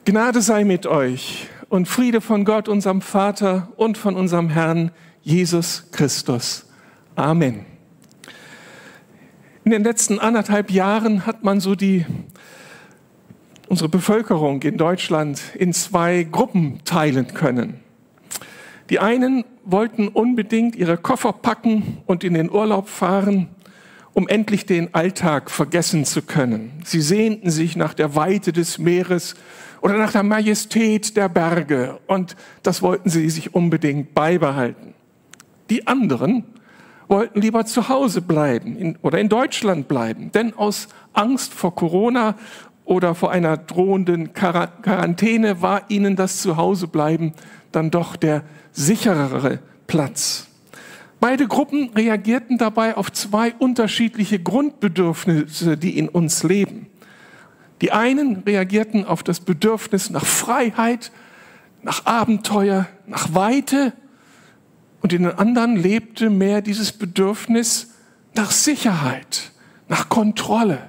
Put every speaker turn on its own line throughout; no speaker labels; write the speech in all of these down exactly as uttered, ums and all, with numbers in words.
Gnade sei mit euch und Friede von Gott, unserem Vater und von unserem Herrn Jesus Christus. Amen. In den letzten anderthalb Jahren hat man so die, unsere Bevölkerung in Deutschland in zwei Gruppen teilen können. Die einen wollten unbedingt ihre Koffer packen und in den Urlaub fahren, um endlich den Alltag vergessen zu können. Sie sehnten sich nach der Weite des Meeres oder nach der Majestät der Berge und das wollten sie sich unbedingt beibehalten. Die anderen wollten lieber zu Hause bleiben in, oder in Deutschland bleiben, denn aus Angst vor Corona oder vor einer drohenden Quarantäne war ihnen das Zuhausebleiben dann doch der sicherere Platz. Beide Gruppen reagierten dabei auf zwei unterschiedliche Grundbedürfnisse, die in uns leben. Die einen reagierten auf das Bedürfnis nach Freiheit, nach Abenteuer, nach Weite und in den anderen lebte mehr dieses Bedürfnis nach Sicherheit, nach Kontrolle.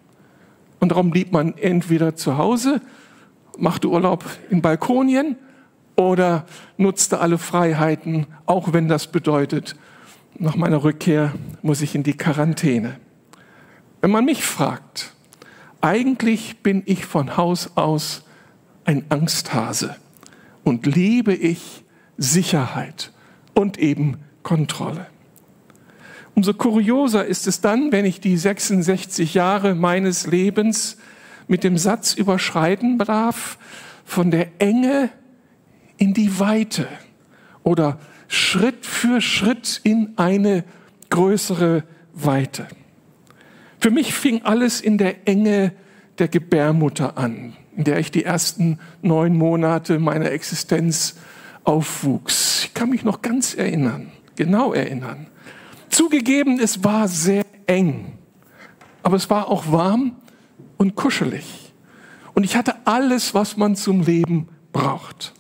Und darum blieb man entweder zu Hause, machte Urlaub in Balkonien oder nutzte alle Freiheiten, auch wenn das bedeutet, nach meiner Rückkehr muss ich in die Quarantäne. Wenn man mich fragt, eigentlich bin ich von Haus aus ein Angsthase und liebe ich Sicherheit und eben Kontrolle. Umso kurioser ist es dann, wenn ich die sechsundsechzig Jahre meines Lebens mit dem Satz überschreiten darf, von der Enge in die Weite oder Schritt für Schritt in eine größere Weite. Für mich fing alles in der Enge der Gebärmutter an, in der ich die ersten neun Monate meiner Existenz aufwuchs. Ich kann mich noch ganz erinnern, genau erinnern. Zugegeben, es war sehr eng, aber es war auch warm und kuschelig. Und ich hatte alles, was man zum Leben braucht.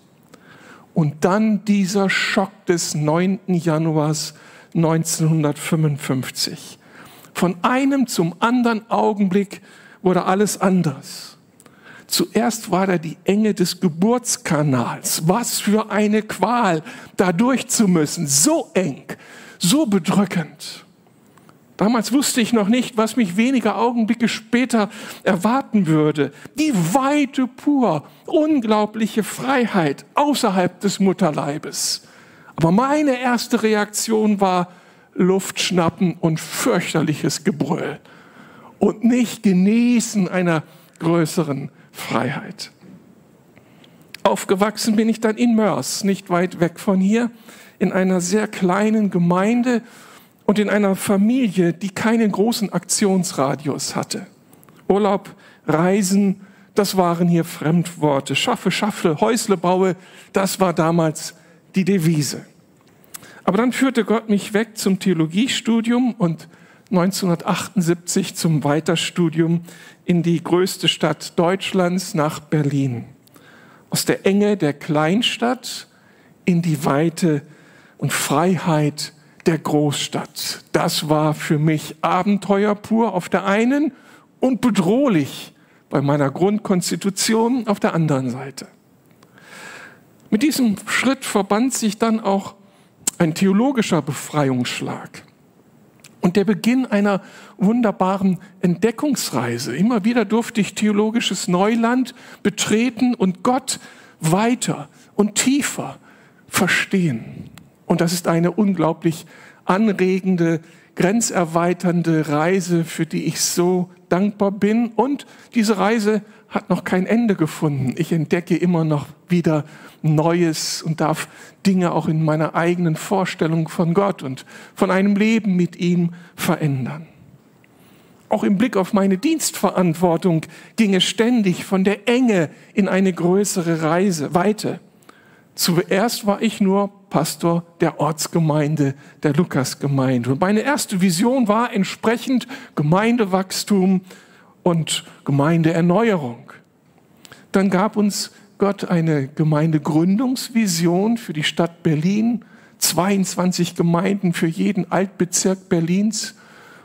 Und dann dieser Schock des neunten Januars neunzehnhundertfünfundfünfzig. Von einem zum anderen Augenblick wurde alles anders. Zuerst war da die Enge des Geburtskanals. Was für eine Qual, da durch zu müssen. So eng, so bedrückend. Damals wusste ich noch nicht, was mich wenige Augenblicke später erwarten würde. Die Weite pur, unglaubliche Freiheit außerhalb des Mutterleibes. Aber meine erste Reaktion war Luft schnappen und fürchterliches Gebrüll und nicht genießen einer größeren Freiheit. Aufgewachsen bin ich dann in Mörs, nicht weit weg von hier, in einer sehr kleinen Gemeinde und in einer Familie, die keinen großen Aktionsradius hatte. Urlaub, Reisen, das waren hier Fremdworte. Schaffe, schaffe, Häusle baue, das war damals die Devise. Aber dann führte Gott mich weg zum Theologiestudium und neunzehnhundertachtundsiebzig zum Weiterstudium in die größte Stadt Deutschlands, nach Berlin. Aus der Enge der Kleinstadt in die Weite und Freiheit der Großstadt. Das war für mich Abenteuer pur auf der einen und bedrohlich bei meiner Grundkonstitution auf der anderen Seite. Mit diesem Schritt verband sich dann auch ein theologischer Befreiungsschlag und der Beginn einer wunderbaren Entdeckungsreise. Immer wieder durfte ich theologisches Neuland betreten und Gott weiter und tiefer verstehen. Und das ist eine unglaublich anregende, grenzerweiternde Reise, für die ich so dankbar bin. Und diese Reise hat noch kein Ende gefunden. Ich entdecke immer noch wieder Neues und darf Dinge auch in meiner eigenen Vorstellung von Gott und von einem Leben mit ihm verändern. Auch im Blick auf meine Dienstverantwortung ging es ständig von der Enge in eine größere Reise, Weite. Zuerst war ich nur Pastor der Ortsgemeinde, der Lukasgemeinde. Und meine erste Vision war entsprechend Gemeindewachstum und Gemeindeerneuerung. Dann gab uns Gott eine Gemeindegründungsvision für die Stadt Berlin, zweiundzwanzig Gemeinden für jeden Altbezirk Berlins.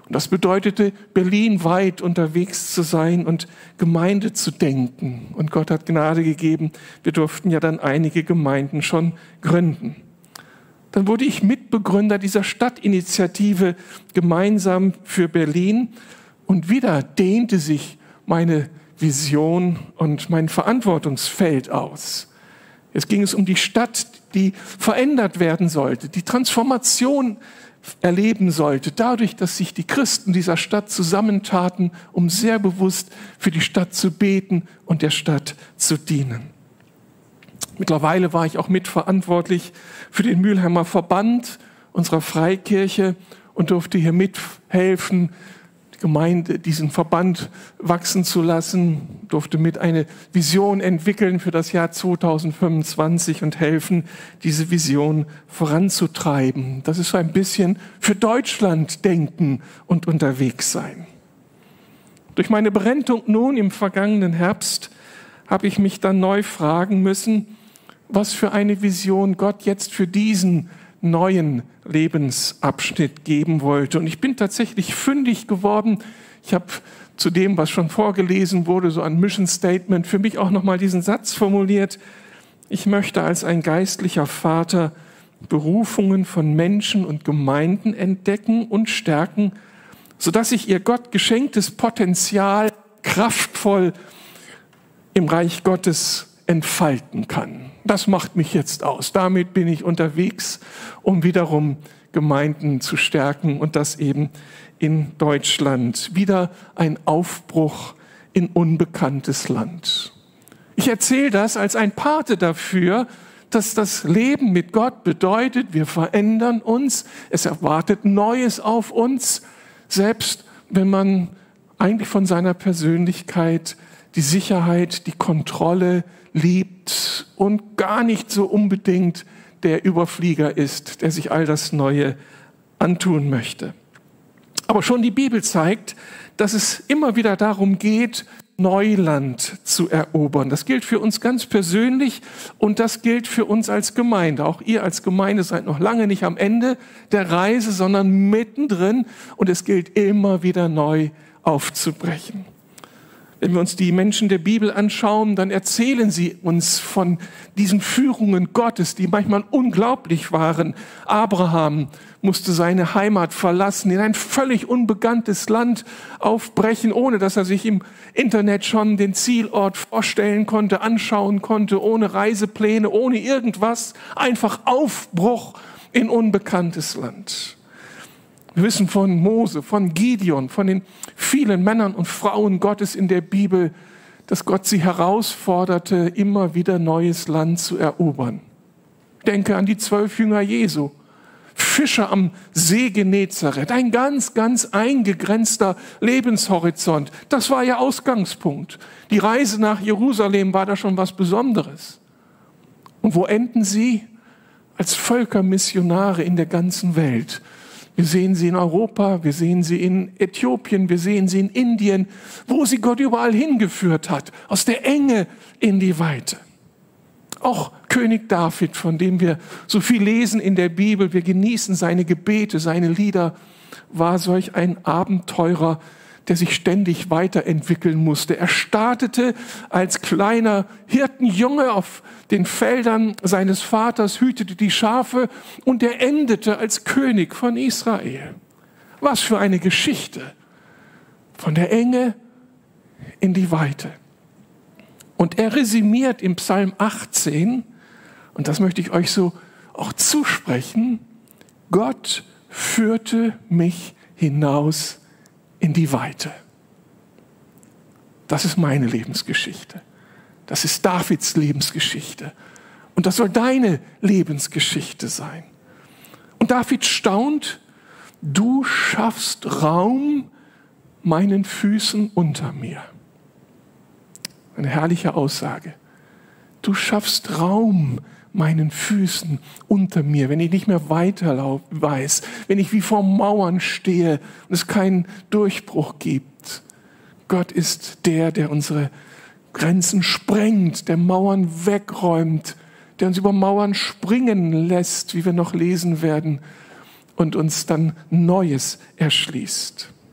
Und das bedeutete, berlinweit unterwegs zu sein und Gemeinde zu denken. Und Gott hat Gnade gegeben. Wir durften ja dann einige Gemeinden schon gründen. Dann wurde ich Mitbegründer dieser Stadtinitiative Gemeinsam für Berlin. Und wieder dehnte sich meine Vision und mein Verantwortungsfeld aus. Jetzt ging es um die Stadt, die verändert werden sollte, die Transformation erleben sollte, dadurch, dass sich die Christen dieser Stadt zusammentaten, um sehr bewusst für die Stadt zu beten und der Stadt zu dienen. Mittlerweile war ich auch mitverantwortlich für den Mülheimer Verband unserer Freikirche und durfte hier mithelfen, die Gemeinde, diesen Verband wachsen zu lassen, durfte mit eine Vision entwickeln für das Jahr zweitausendfünfundzwanzig und helfen, diese Vision voranzutreiben. Das ist so ein bisschen für Deutschland denken und unterwegs sein. Durch meine Berentung nun im vergangenen Herbst habe ich mich dann neu fragen müssen, was für eine Vision Gott jetzt für diesen neuen Lebensabschnitt geben wollte. Und ich bin tatsächlich fündig geworden. Ich habe zu dem, was schon vorgelesen wurde, so ein Mission Statement, für mich auch nochmal diesen Satz formuliert: Ich möchte als ein geistlicher Vater Berufungen von Menschen und Gemeinden entdecken und stärken, sodass ich ihr Gott geschenktes Potenzial kraftvoll im Reich Gottes entfalten kann. Das macht mich jetzt aus. Damit bin ich unterwegs, um wiederum Gemeinden zu stärken und das eben in Deutschland. Wieder ein Aufbruch in unbekanntes Land. Ich erzähle das als ein Pate dafür, dass das Leben mit Gott bedeutet, wir verändern uns, es erwartet Neues auf uns, selbst wenn man eigentlich von seiner Persönlichkeit die Sicherheit, die Kontrolle liebt und gar nicht so unbedingt der Überflieger ist, der sich all das Neue antun möchte. Aber schon die Bibel zeigt, dass es immer wieder darum geht, Neuland zu erobern. Das gilt für uns ganz persönlich und das gilt für uns als Gemeinde. Auch ihr als Gemeinde seid noch lange nicht am Ende der Reise, sondern mittendrin und es gilt immer wieder neu aufzubrechen. Wenn wir uns die Menschen der Bibel anschauen, dann erzählen sie uns von diesen Führungen Gottes, die manchmal unglaublich waren. Abraham musste seine Heimat verlassen, in ein völlig unbekanntes Land aufbrechen, ohne dass er sich im Internet schon den Zielort vorstellen konnte, anschauen konnte, ohne Reisepläne, ohne irgendwas. Einfach Aufbruch in unbekanntes Land. Wir wissen von Mose, von Gideon, von den vielen Männern und Frauen Gottes in der Bibel, dass Gott sie herausforderte, immer wieder neues Land zu erobern. Denke an die zwölf Jünger Jesu, Fischer am See Genezareth, ein ganz, ganz eingegrenzter Lebenshorizont. Das war ihr Ausgangspunkt. Die Reise nach Jerusalem war da schon was Besonderes. Und wo enden sie? Als Völkermissionare in der ganzen Welt. Wir sehen sie in Europa, wir sehen sie in Äthiopien, wir sehen sie in Indien, wo sie Gott überall hingeführt hat, aus der Enge in die Weite. Auch König David, von dem wir so viel lesen in der Bibel, wir genießen seine Gebete, seine Lieder, war solch ein Abenteurer, der sich ständig weiterentwickeln musste. Er startete als kleiner Hirtenjunge auf den Feldern seines Vaters, hütete die Schafe und er endete als König von Israel. Was für eine Geschichte! Von der Enge in die Weite. Und er resümiert im Psalm achtzehn, und das möchte ich euch so auch zusprechen: Gott führte mich hinaus in die Weite. Das ist meine Lebensgeschichte. Das ist Davids Lebensgeschichte. Und das soll deine Lebensgeschichte sein. Und David staunt: Du schaffst Raum meinen Füßen unter mir. Eine herrliche Aussage. Du schaffst Raum meinen Füßen unter mir, wenn ich nicht mehr weiter weiß, wenn ich wie vor Mauern stehe und es keinen Durchbruch gibt. Gott ist der, der unsere Grenzen sprengt, der Mauern wegräumt, der uns über Mauern springen lässt, wie wir noch lesen werden, und uns dann Neues erschließt.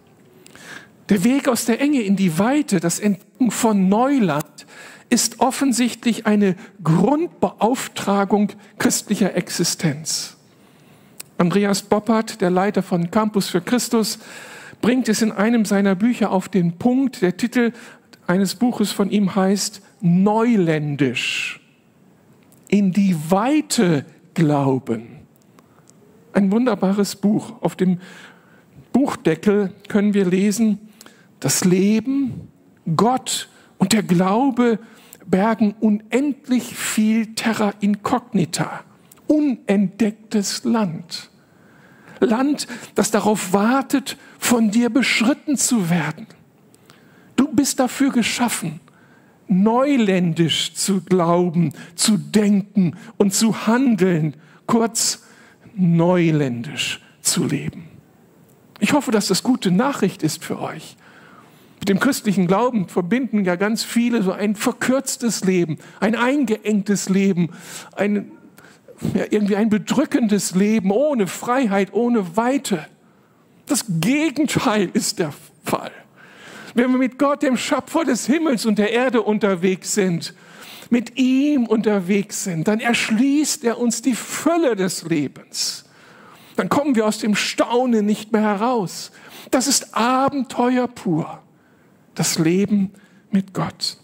Der Weg aus der Enge in die Weite, das Entdecken von Neuland, ist offensichtlich eine Grundbeauftragung christlicher Existenz. Andreas Boppert, der Leiter von Campus für Christus, bringt es in einem seiner Bücher auf den Punkt. Der Titel eines Buches von ihm heißt Neuländisch. In die Weite glauben. Ein wunderbares Buch. Auf dem Buchdeckel können wir lesen, das Leben, Gott und der Glaube bergen unendlich viel Terra Incognita, unentdecktes Land. Land, das darauf wartet, von dir beschritten zu werden. Du bist dafür geschaffen, neuländisch zu glauben, zu denken und zu handeln, kurz neuländisch zu leben. Ich hoffe, dass das gute Nachricht ist für euch. Mit dem christlichen Glauben verbinden ja ganz viele so ein verkürztes Leben, ein eingeengtes Leben, ein, ja, irgendwie ein bedrückendes Leben ohne Freiheit, ohne Weite. Das Gegenteil ist der Fall. Wenn wir mit Gott, dem Schöpfer des Himmels und der Erde unterwegs sind, mit ihm unterwegs sind, dann erschließt er uns die Fülle des Lebens. Dann kommen wir aus dem Staunen nicht mehr heraus. Das ist Abenteuer pur. Das Leben mit Gott.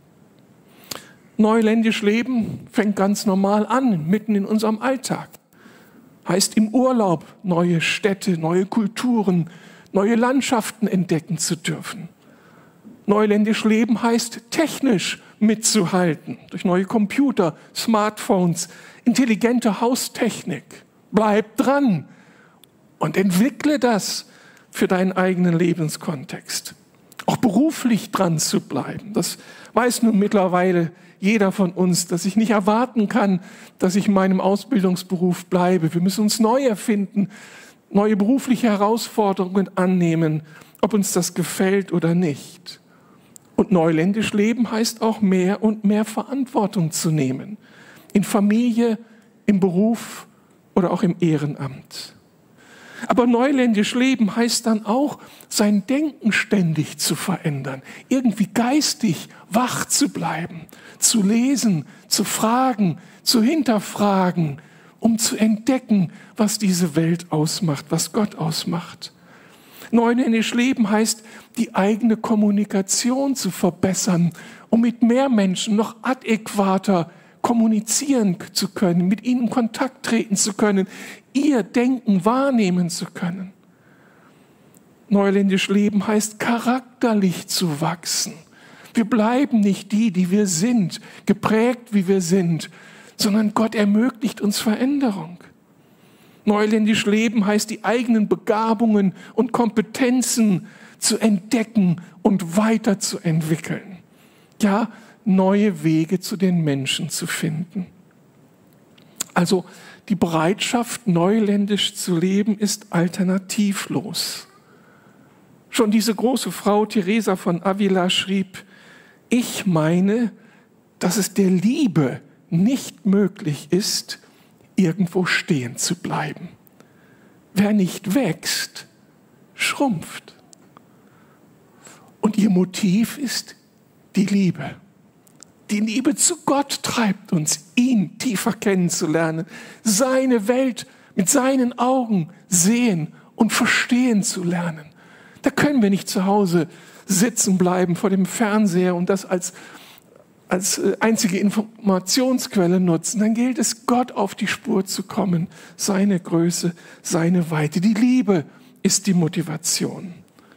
Neuländisch leben fängt ganz normal an, mitten in unserem Alltag. Heißt im Urlaub neue Städte, neue Kulturen, neue Landschaften entdecken zu dürfen. Neuländisch leben heißt technisch mitzuhalten, durch neue Computer, Smartphones, intelligente Haustechnik. Bleib dran und entwickle das für deinen eigenen Lebenskontext. Auch beruflich dran zu bleiben. Das weiß nun mittlerweile jeder von uns, dass ich nicht erwarten kann, dass ich in meinem Ausbildungsberuf bleibe. Wir müssen uns neu erfinden, neue berufliche Herausforderungen annehmen, ob uns das gefällt oder nicht. Und neuländisch leben heißt auch mehr und mehr Verantwortung zu nehmen. In Familie, im Beruf oder auch im Ehrenamt. Aber neuländisch leben heißt dann auch, sein Denken ständig zu verändern, irgendwie geistig wach zu bleiben, zu lesen, zu fragen, zu hinterfragen, um zu entdecken, was diese Welt ausmacht, was Gott ausmacht. Neuländisch leben heißt, die eigene Kommunikation zu verbessern, um mit mehr Menschen noch adäquater kommunizieren zu können, mit ihnen in Kontakt treten zu können, ihr Denken wahrnehmen zu können. Neuländisch leben heißt, charakterlich zu wachsen. Wir bleiben nicht die, die wir sind, geprägt, wie wir sind, sondern Gott ermöglicht uns Veränderung. Neuländisch leben heißt, die eigenen Begabungen und Kompetenzen zu entdecken und weiterzuentwickeln. Ja, neue Wege zu den Menschen zu finden. Also die Bereitschaft, neuländisch zu leben, ist alternativlos. Schon diese große Frau Teresa von Avila schrieb, ich meine, dass es der Liebe nicht möglich ist, irgendwo stehen zu bleiben. Wer nicht wächst, schrumpft. Und ihr Motiv ist die Liebe. Die Liebe zu Gott treibt uns, ihn tiefer kennenzulernen, seine Welt mit seinen Augen sehen und verstehen zu lernen. Da können wir nicht zu Hause sitzen bleiben vor dem Fernseher und das als, als einzige Informationsquelle nutzen. Dann gilt es, Gott auf die Spur zu kommen, seine Größe, seine Weite. Die Liebe ist die Motivation.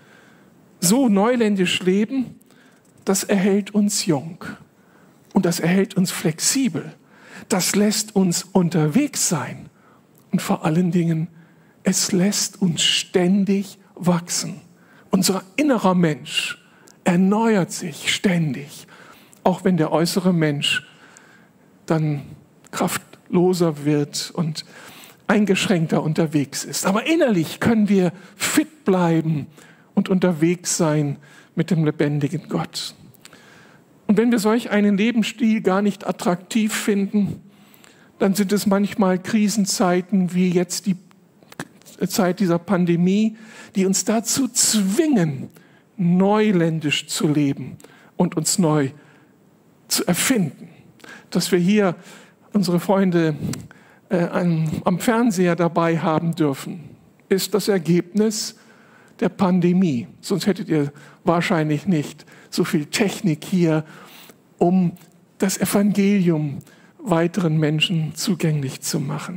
So neuländisch leben, das erhält uns jung. Und das erhält uns flexibel. Das lässt uns unterwegs sein. Und vor allen Dingen, es lässt uns ständig wachsen. Unser innerer Mensch erneuert sich ständig. Auch wenn der äußere Mensch dann kraftloser wird und eingeschränkter unterwegs ist. Aber innerlich können wir fit bleiben und unterwegs sein mit dem lebendigen Gott. Und wenn wir solch einen Lebensstil gar nicht attraktiv finden, dann sind es manchmal Krisenzeiten wie jetzt die Zeit dieser Pandemie, die uns dazu zwingen, neuländisch zu leben und uns neu zu erfinden. Dass wir hier unsere Freunde äh, am, am Fernseher dabei haben dürfen, ist das Ergebnis der Pandemie. Sonst hättet ihr wahrscheinlich nicht so viel Technik hier, um das Evangelium weiteren Menschen zugänglich zu machen.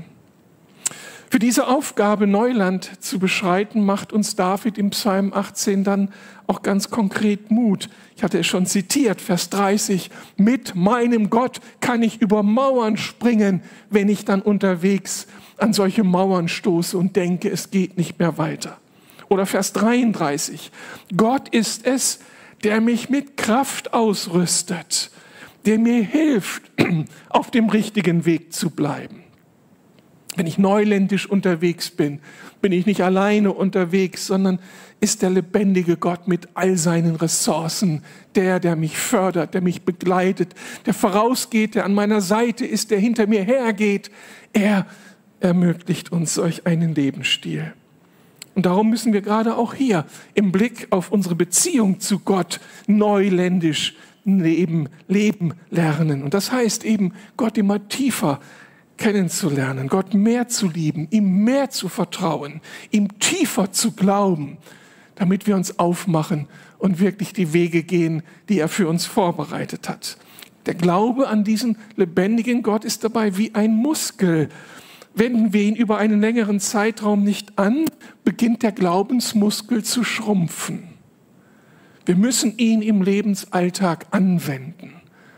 Für diese Aufgabe, Neuland zu beschreiten, macht uns David im Psalm achtzehn dann auch ganz konkret Mut. Ich hatte es schon zitiert, Vers dreißig. Mit meinem Gott kann ich über Mauern springen, wenn ich dann unterwegs an solche Mauern stoße und denke, es geht nicht mehr weiter. Oder Vers dreiunddreißig. Gott ist es, der mich mit Kraft ausrüstet, der mir hilft, auf dem richtigen Weg zu bleiben. Wenn ich neuländisch unterwegs bin, bin ich nicht alleine unterwegs, sondern ist der lebendige Gott mit all seinen Ressourcen, der, der mich fördert, der mich begleitet, der vorausgeht, der an meiner Seite ist, der hinter mir hergeht. Er ermöglicht uns solch einen Lebensstil. Und darum müssen wir gerade auch hier im Blick auf unsere Beziehung zu Gott neuländisch leben, leben lernen. Und das heißt eben, Gott immer tiefer kennenzulernen, Gott mehr zu lieben, ihm mehr zu vertrauen, ihm tiefer zu glauben, damit wir uns aufmachen und wirklich die Wege gehen, die er für uns vorbereitet hat. Der Glaube an diesen lebendigen Gott ist dabei wie ein Muskel. Wenden wir ihn über einen längeren Zeitraum nicht an, beginnt der Glaubensmuskel zu schrumpfen. Wir müssen ihn im Lebensalltag anwenden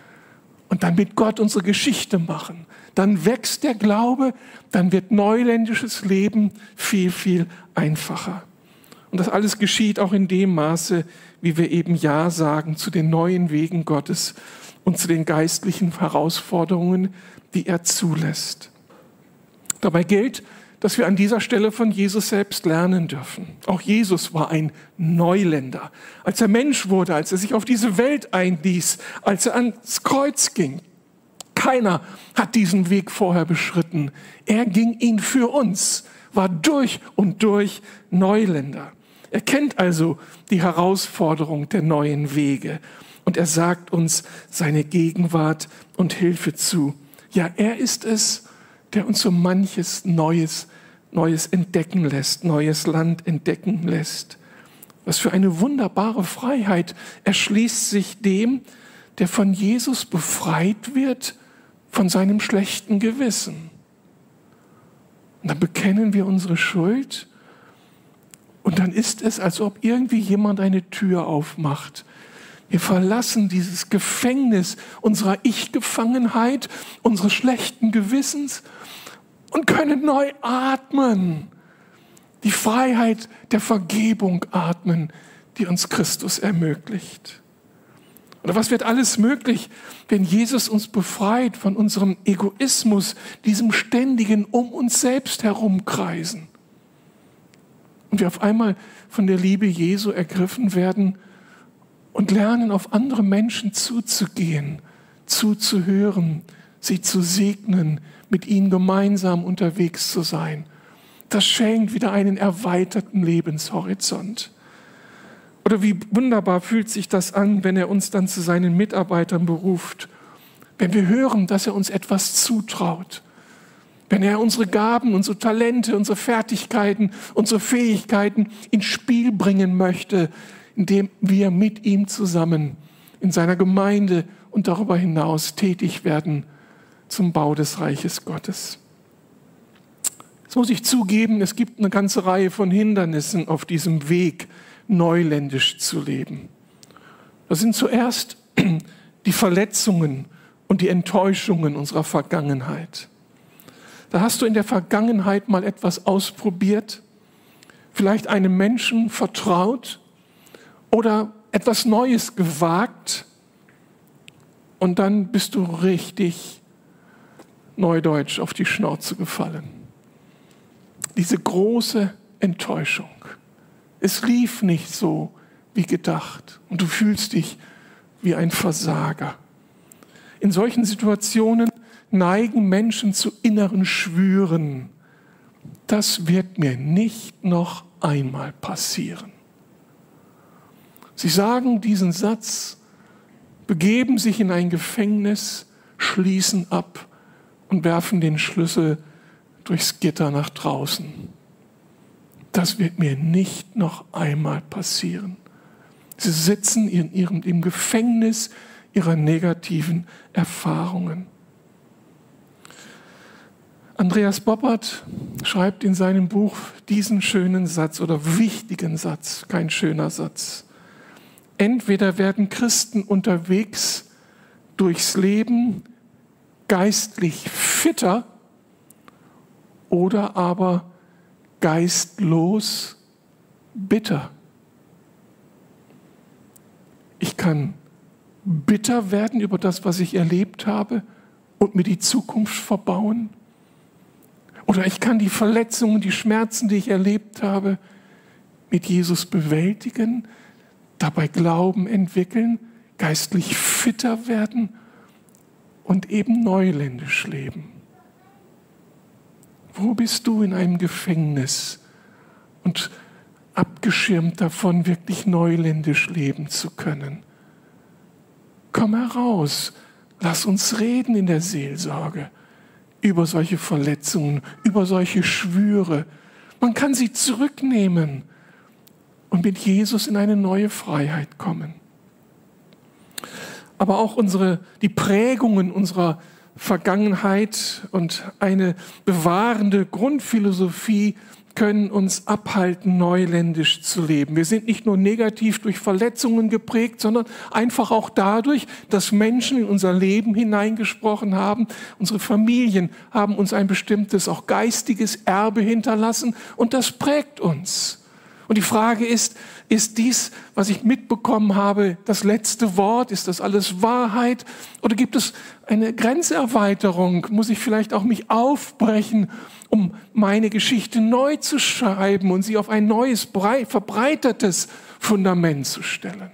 und dann mit Gott unsere Geschichte machen. Dann wächst der Glaube, dann wird neuländisches Leben viel, viel einfacher. Und das alles geschieht auch in dem Maße, wie wir eben Ja sagen zu den neuen Wegen Gottes und zu den geistlichen Herausforderungen, die er zulässt. Dabei gilt, dass wir an dieser Stelle von Jesus selbst lernen dürfen. Auch Jesus war ein Neuländer. Als er Mensch wurde, als er sich auf diese Welt einließ, als er ans Kreuz ging. Keiner hat diesen Weg vorher beschritten. Er ging ihn für uns, war durch und durch Neuländer. Er kennt also die Herausforderung der neuen Wege und er sagt uns seine Gegenwart und Hilfe zu. Ja, er ist es, der uns so manches Neues, Neues entdecken lässt, neues Land entdecken lässt. Was für eine wunderbare Freiheit erschließt sich dem, der von Jesus befreit wird, von seinem schlechten Gewissen. Und dann bekennen wir unsere Schuld und dann ist es, als ob irgendwie jemand eine Tür aufmacht. Wir verlassen dieses Gefängnis unserer Ich-Gefangenheit, unseres schlechten Gewissens und können neu atmen. Die Freiheit der Vergebung atmen, die uns Christus ermöglicht. Oder was wird alles möglich, wenn Jesus uns befreit von unserem Egoismus, diesem ständigen um uns selbst herumkreisen? Und wir auf einmal von der Liebe Jesu ergriffen werden und lernen, auf andere Menschen zuzugehen, zuzuhören, sie zu segnen, mit ihnen gemeinsam unterwegs zu sein. Das schenkt wieder einen erweiterten Lebenshorizont. Oder wie wunderbar fühlt sich das an, wenn er uns dann zu seinen Mitarbeitern beruft, wenn wir hören, dass er uns etwas zutraut, wenn er unsere Gaben, unsere Talente, unsere Fertigkeiten, unsere Fähigkeiten ins Spiel bringen möchte, indem wir mit ihm zusammen in seiner Gemeinde und darüber hinaus tätig werden zum Bau des Reiches Gottes. Jetzt muss ich zugeben, es gibt eine ganze Reihe von Hindernissen auf diesem Weg, neuländisch zu leben. Das sind zuerst die Verletzungen und die Enttäuschungen unserer Vergangenheit. Da hast du in der Vergangenheit mal etwas ausprobiert, vielleicht einem Menschen vertraut oder etwas Neues gewagt und dann bist du richtig neudeutsch auf die Schnauze gefallen. Diese große Enttäuschung. Es lief nicht so wie gedacht und du fühlst dich wie ein Versager. In solchen Situationen neigen Menschen zu inneren Schwüren. Das wird mir nicht noch einmal passieren. Sie sagen diesen Satz, begeben sich in ein Gefängnis, schließen ab und werfen den Schlüssel durchs Gitter nach draußen. Das wird mir nicht noch einmal passieren. Sie sitzen in ihrem, im Gefängnis ihrer negativen Erfahrungen. Andreas Boppert schreibt in seinem Buch diesen schönen Satz oder wichtigen Satz, kein schöner Satz. Entweder werden Christen unterwegs durchs Leben geistlich fitter oder aber geistlos bitter. Ich kann bitter werden über das, was ich erlebt habe und mir die Zukunft verbauen. Oder ich kann die Verletzungen, die Schmerzen, die ich erlebt habe, mit Jesus bewältigen, dabei Glauben entwickeln, geistlich fitter werden und eben neuländisch leben. Wo bist du in einem Gefängnis und abgeschirmt davon, wirklich neuländisch leben zu können? Komm heraus, lass uns reden in der Seelsorge über solche Verletzungen, über solche Schwüre. Man kann sie zurücknehmen und mit Jesus in eine neue Freiheit kommen. Aber auch unsere, die Prägungen unserer Vergangenheit und eine bewahrende Grundphilosophie können uns abhalten, neuländisch zu leben. Wir sind nicht nur negativ durch Verletzungen geprägt, sondern einfach auch dadurch, dass Menschen in unser Leben hineingesprochen haben. Unsere Familien haben uns ein bestimmtes, auch geistiges Erbe hinterlassen und das prägt uns. Und die Frage ist, ist dies, was ich mitbekommen habe, das letzte Wort? Ist das alles Wahrheit? Oder gibt es eine Grenzerweiterung? Muss ich vielleicht auch mich aufbrechen, um meine Geschichte neu zu schreiben und sie auf ein neues, verbreitertes Fundament zu stellen?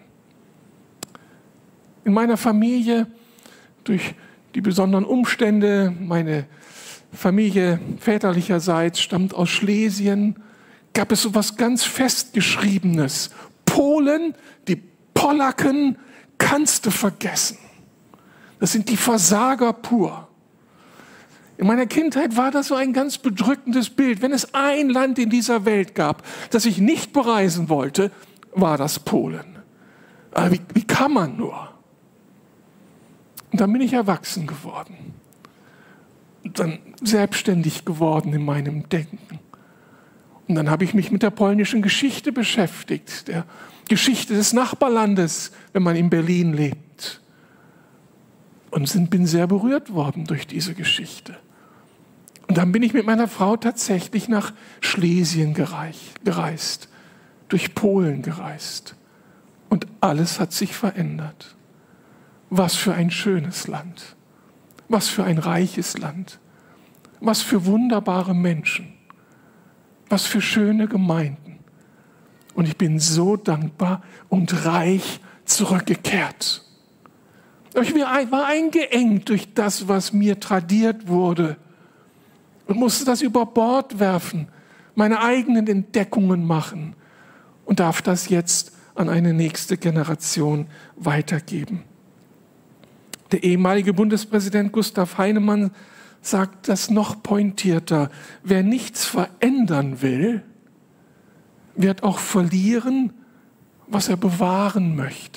In meiner Familie, durch die besonderen Umstände, meine Familie väterlicherseits stammt aus Schlesien, gab es so etwas ganz Festgeschriebenes. Polen, die Polacken, kannst du vergessen. Das sind die Versager pur. In meiner Kindheit war das so ein ganz bedrückendes Bild. Wenn es ein Land in dieser Welt gab, das ich nicht bereisen wollte, war das Polen. Aber wie, wie kann man nur? Und dann bin ich erwachsen geworden. Und dann selbstständig geworden in meinem Denken. Und dann habe ich mich mit der polnischen Geschichte beschäftigt, der Geschichte des Nachbarlandes, wenn man in Berlin lebt. Und bin sehr berührt worden durch diese Geschichte. Und dann bin ich mit meiner Frau tatsächlich nach Schlesien gereist, durch Polen gereist. Und alles hat sich verändert. Was für ein schönes Land. Was für ein reiches Land. Was für wunderbare Menschen. Was für schöne Gemeinden. Und ich bin so dankbar und reich zurückgekehrt. Ich war eingeengt durch das, was mir tradiert wurde und musste das über Bord werfen, meine eigenen Entdeckungen machen und darf das jetzt an eine nächste Generation weitergeben. Der ehemalige Bundespräsident Gustav Heinemann sagt das noch pointierter. Wer nichts verändern will, wird auch verlieren, was er bewahren möchte.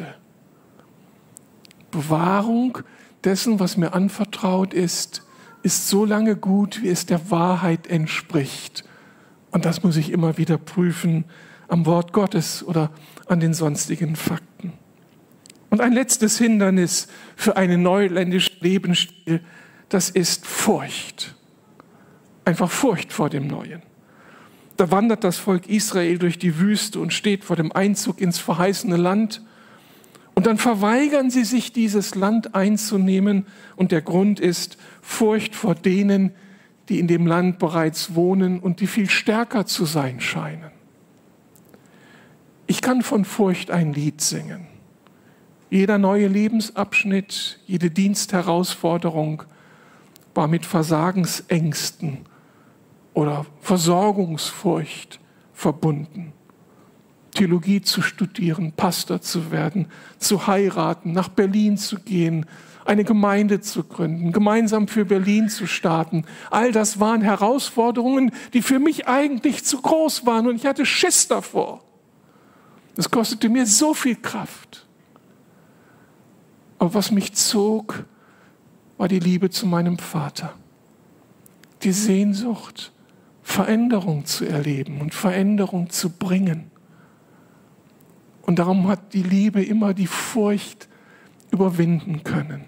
Bewahrung dessen, was mir anvertraut ist, ist so lange gut, wie es der Wahrheit entspricht. Und das muss ich immer wieder prüfen am Wort Gottes oder an den sonstigen Fakten. Und ein letztes Hindernis für einen neuländischen Lebensstil, das ist Furcht. Einfach Furcht vor dem Neuen. Da wandert das Volk Israel durch die Wüste und steht vor dem Einzug ins verheißene Land. Und dann verweigern sie sich, dieses Land einzunehmen. Und der Grund ist Furcht vor denen, die in dem Land bereits wohnen und die viel stärker zu sein scheinen. Ich kann von Furcht ein Lied singen. Jeder neue Lebensabschnitt, jede Dienstherausforderung war mit Versagensängsten oder Versorgungsfurcht verbunden. Theologie zu studieren, Pastor zu werden, zu heiraten, nach Berlin zu gehen, eine Gemeinde zu gründen, gemeinsam für Berlin zu starten. All das waren Herausforderungen, die für mich eigentlich zu groß waren und ich hatte Schiss davor. Das kostete mir so viel Kraft. Aber was mich zog, war die Liebe zu meinem Vater. Die Sehnsucht, Veränderung zu erleben und Veränderung zu bringen. Und darum hat die Liebe immer die Furcht überwinden können.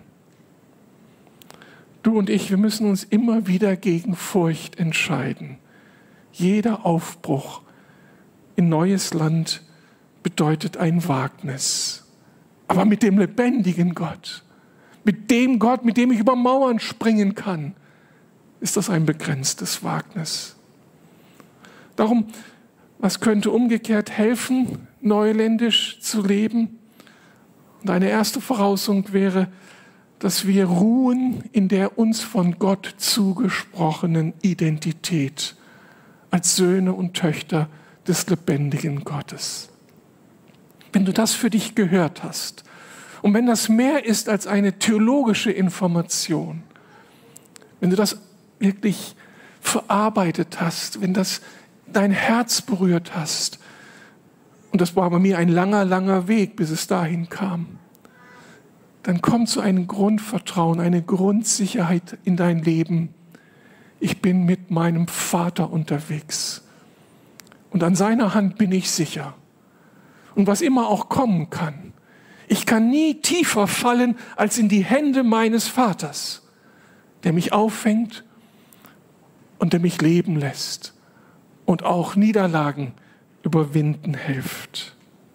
Du und ich, wir müssen uns immer wieder gegen Furcht entscheiden. Jeder Aufbruch in neues Land bedeutet ein Wagnis. Aber mit dem lebendigen Gott, mit dem Gott, mit dem ich über Mauern springen kann, ist das ein begrenztes Wagnis. Darum, was könnte umgekehrt helfen, neuländisch zu leben? Und eine erste Voraussetzung wäre, dass wir ruhen in der uns von Gott zugesprochenen Identität als Söhne und Töchter des lebendigen Gottes. Wenn du das für dich gehört hast und wenn das mehr ist als eine theologische Information, wenn du das wirklich verarbeitet hast, wenn das dein Herz berührt hast, und das war bei mir ein langer, langer Weg, bis es dahin kam, dann kommt so ein Grundvertrauen, eine Grundsicherheit in dein Leben. Ich bin mit meinem Vater unterwegs und an seiner Hand bin ich sicher. Und was immer auch kommen kann, ich kann nie tiefer fallen als in die Hände meines Vaters, der mich auffängt und der mich leben lässt und auch Niederlagen überwinden hilft.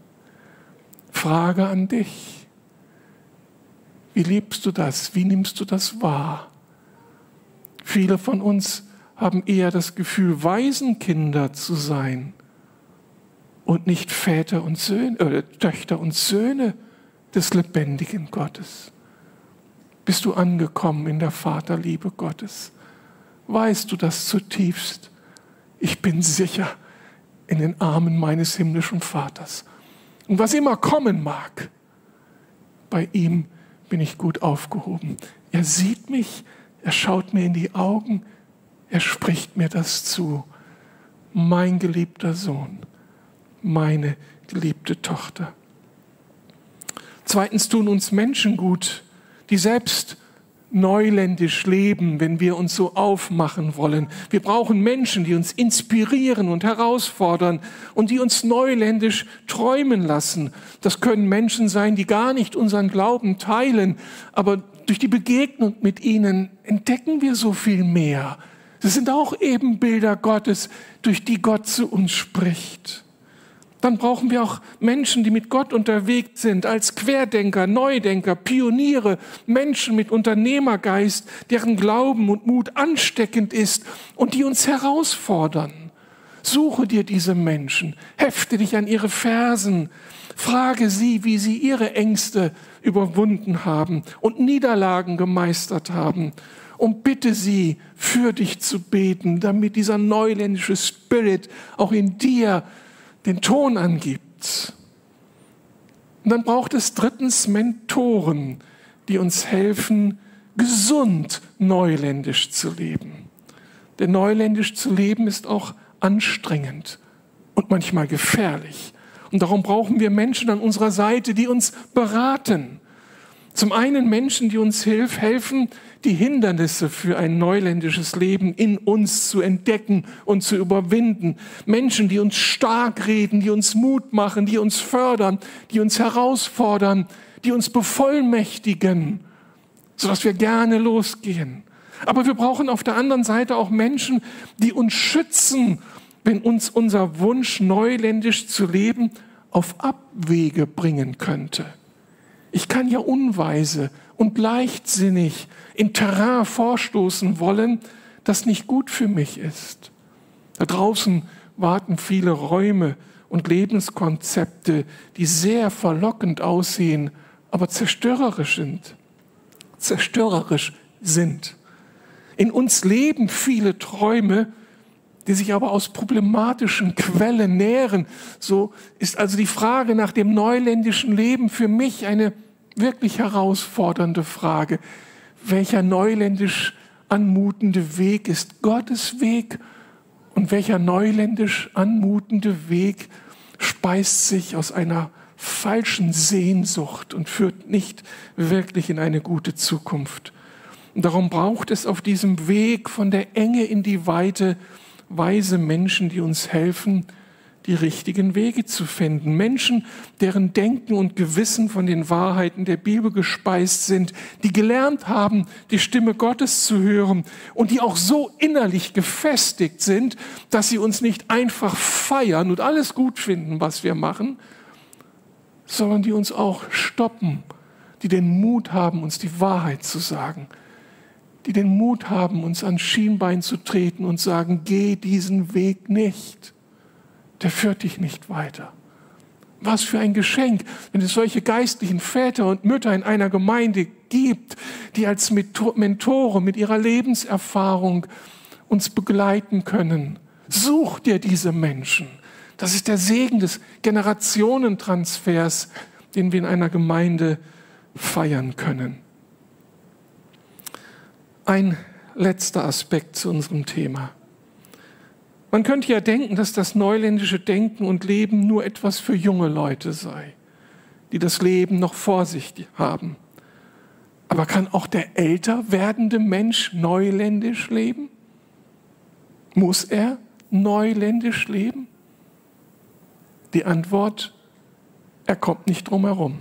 Frage an dich: Wie lebst du das? Wie nimmst du das wahr? Viele von uns haben eher das Gefühl, Waisenkinder zu sein und nicht Väter und Söhne, äh, Töchter und Söhne des lebendigen Gottes. Bist du angekommen in der Vaterliebe Gottes? Weißt du das zutiefst? Ich bin sicher in den Armen meines himmlischen Vaters. Und was immer kommen mag, bei ihm bin ich gut aufgehoben. Er sieht mich, er schaut mir in die Augen, er spricht mir das zu. Mein geliebter Sohn, meine geliebte Tochter. Zweitens tun uns Menschen gut, die selbst neuländisch leben, wenn wir uns so aufmachen wollen. Wir brauchen Menschen, die uns inspirieren und herausfordern und die uns neuländisch träumen lassen. Das können Menschen sein, die gar nicht unseren Glauben teilen, aber durch die Begegnung mit ihnen entdecken wir so viel mehr. Das sind auch Ebenbilder Gottes, durch die Gott zu uns spricht. Dann brauchen wir auch Menschen, die mit Gott unterwegs sind, als Querdenker, Neudenker, Pioniere, Menschen mit Unternehmergeist, deren Glauben und Mut ansteckend ist und die uns herausfordern. Suche dir diese Menschen, hefte dich an ihre Fersen, frage sie, wie sie ihre Ängste überwunden haben und Niederlagen gemeistert haben und bitte sie, für dich zu beten, damit dieser neuländische Spirit auch in dir den Ton angibt. Und dann braucht es drittens Mentoren, die uns helfen, gesund neuländisch zu leben. Denn neuländisch zu leben ist auch anstrengend und manchmal gefährlich. Und darum brauchen wir Menschen an unserer Seite, die uns beraten. Zum einen Menschen, die uns hilf, helfen, die Hindernisse für ein neuländisches Leben in uns zu entdecken und zu überwinden. Menschen, die uns stark reden, die uns Mut machen, die uns fördern, die uns herausfordern, die uns bevollmächtigen, sodass wir gerne losgehen. Aber wir brauchen auf der anderen Seite auch Menschen, die uns schützen, wenn uns unser Wunsch, neuländisch zu leben, auf Abwege bringen könnte. Ich kann ja unweise und leichtsinnig in Terrain vorstoßen wollen, das nicht gut für mich ist. Da draußen warten viele Räume und Lebenskonzepte, die sehr verlockend aussehen, aber zerstörerisch sind. Zerstörerisch sind. In uns leben viele Träume, die sich aber aus problematischen Quellen nähren. So ist also die Frage nach dem neuländischen Leben für mich eine wirklich herausfordernde Frage. Welcher neuländisch anmutende Weg ist Gottes Weg und welcher neuländisch anmutende Weg speist sich aus einer falschen Sehnsucht und führt nicht wirklich in eine gute Zukunft. Und darum braucht es auf diesem Weg von der Enge in die Weite weise Menschen, die uns helfen, die richtigen Wege zu finden. Menschen, deren Denken und Gewissen von den Wahrheiten der Bibel gespeist sind, die gelernt haben, die Stimme Gottes zu hören und die auch so innerlich gefestigt sind, dass sie uns nicht einfach feiern und alles gut finden, was wir machen, sondern die uns auch stoppen, die den Mut haben, uns die Wahrheit zu sagen, die den Mut haben, uns ans Schienbein zu treten und sagen, geh diesen Weg nicht. Der führt dich nicht weiter. Was für ein Geschenk, wenn es solche geistlichen Väter und Mütter in einer Gemeinde gibt, die als Mentore mit ihrer Lebenserfahrung uns begleiten können. Such dir diese Menschen. Das ist der Segen des Generationentransfers, den wir in einer Gemeinde feiern können. Ein letzter Aspekt zu unserem Thema. Man könnte ja denken, dass das neuländische Denken und Leben nur etwas für junge Leute sei, die das Leben noch vor sich haben. Aber kann auch der älter werdende Mensch neuländisch leben? Muss er neuländisch leben? Die Antwort, er kommt nicht drum herum.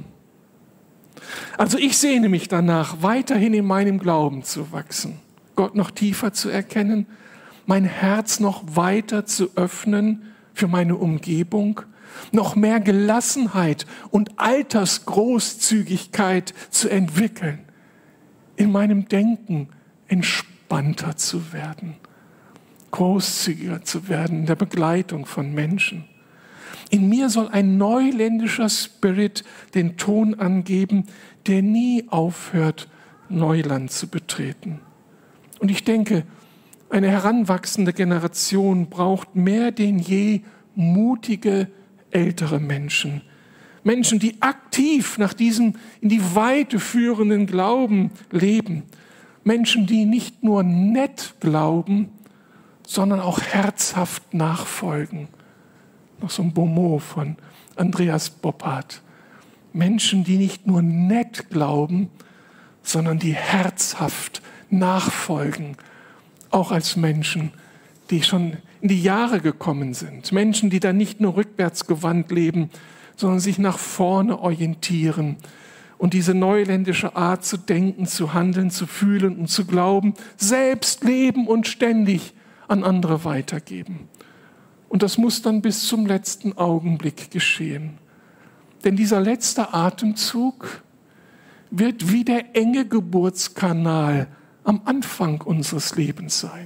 Also ich sehne mich danach, weiterhin in meinem Glauben zu wachsen, Gott noch tiefer zu erkennen, mein Herz noch weiter zu öffnen für meine Umgebung, noch mehr Gelassenheit und Altersgroßzügigkeit zu entwickeln, in meinem Denken entspannter zu werden, großzügiger zu werden in der Begleitung von Menschen. In mir soll ein neuländischer Spirit den Ton angeben, der nie aufhört, Neuland zu betreten. Und ich denke, eine heranwachsende Generation braucht mehr denn je mutige ältere Menschen. Menschen, die aktiv nach diesem in die Weite führenden Glauben leben. Menschen, die nicht nur nett glauben, sondern auch herzhaft nachfolgen. Noch so ein Bonmot von Andreas Boppard. Menschen, die nicht nur nett glauben, sondern die herzhaft nachfolgen. Auch als Menschen, die schon in die Jahre gekommen sind. Menschen, die da nicht nur rückwärts gewandt leben, sondern sich nach vorne orientieren und diese neuländische Art zu denken, zu handeln, zu fühlen und zu glauben, selbst leben und ständig an andere weitergeben. Und das muss dann bis zum letzten Augenblick geschehen. Denn dieser letzte Atemzug wird wie der enge Geburtskanal am Anfang unseres Lebens sein.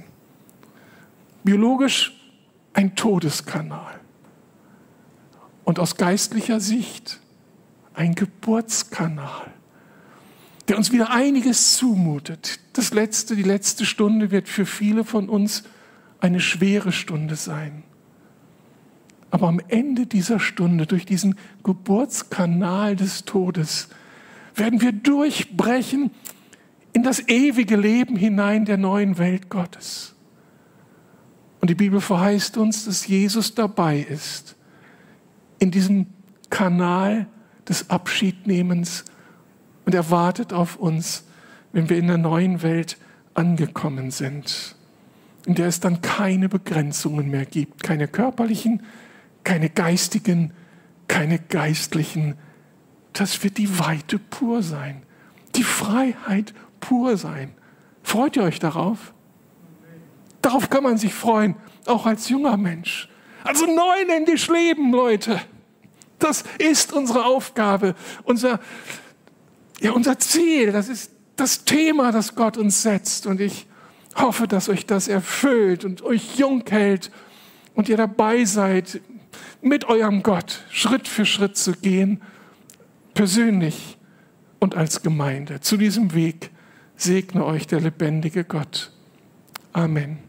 Biologisch ein Todeskanal. Und aus geistlicher Sicht ein Geburtskanal, der uns wieder einiges zumutet. Das letzte, die letzte Stunde wird für viele von uns eine schwere Stunde sein. Aber am Ende dieser Stunde, durch diesen Geburtskanal des Todes, werden wir durchbrechen in das ewige Leben hinein der neuen Welt Gottes. Und die Bibel verheißt uns, dass Jesus dabei ist, in diesem Kanal des Abschiednehmens, und er wartet auf uns, wenn wir in der neuen Welt angekommen sind, in der es dann keine Begrenzungen mehr gibt, keine körperlichen, keine geistigen, keine geistlichen. Das wird die Weite pur sein, die Freiheit pur sein. Freut ihr euch darauf? Darauf kann man sich freuen, auch als junger Mensch. Also neuländisch leben, Leute. Das ist unsere Aufgabe, unser, ja, unser Ziel. Das ist das Thema, das Gott uns setzt. Und ich hoffe, dass euch das erfüllt und euch jung hält und ihr dabei seid, mit eurem Gott Schritt für Schritt zu gehen, persönlich und als Gemeinde. Zu diesem Weg segne euch der lebendige Gott. Amen.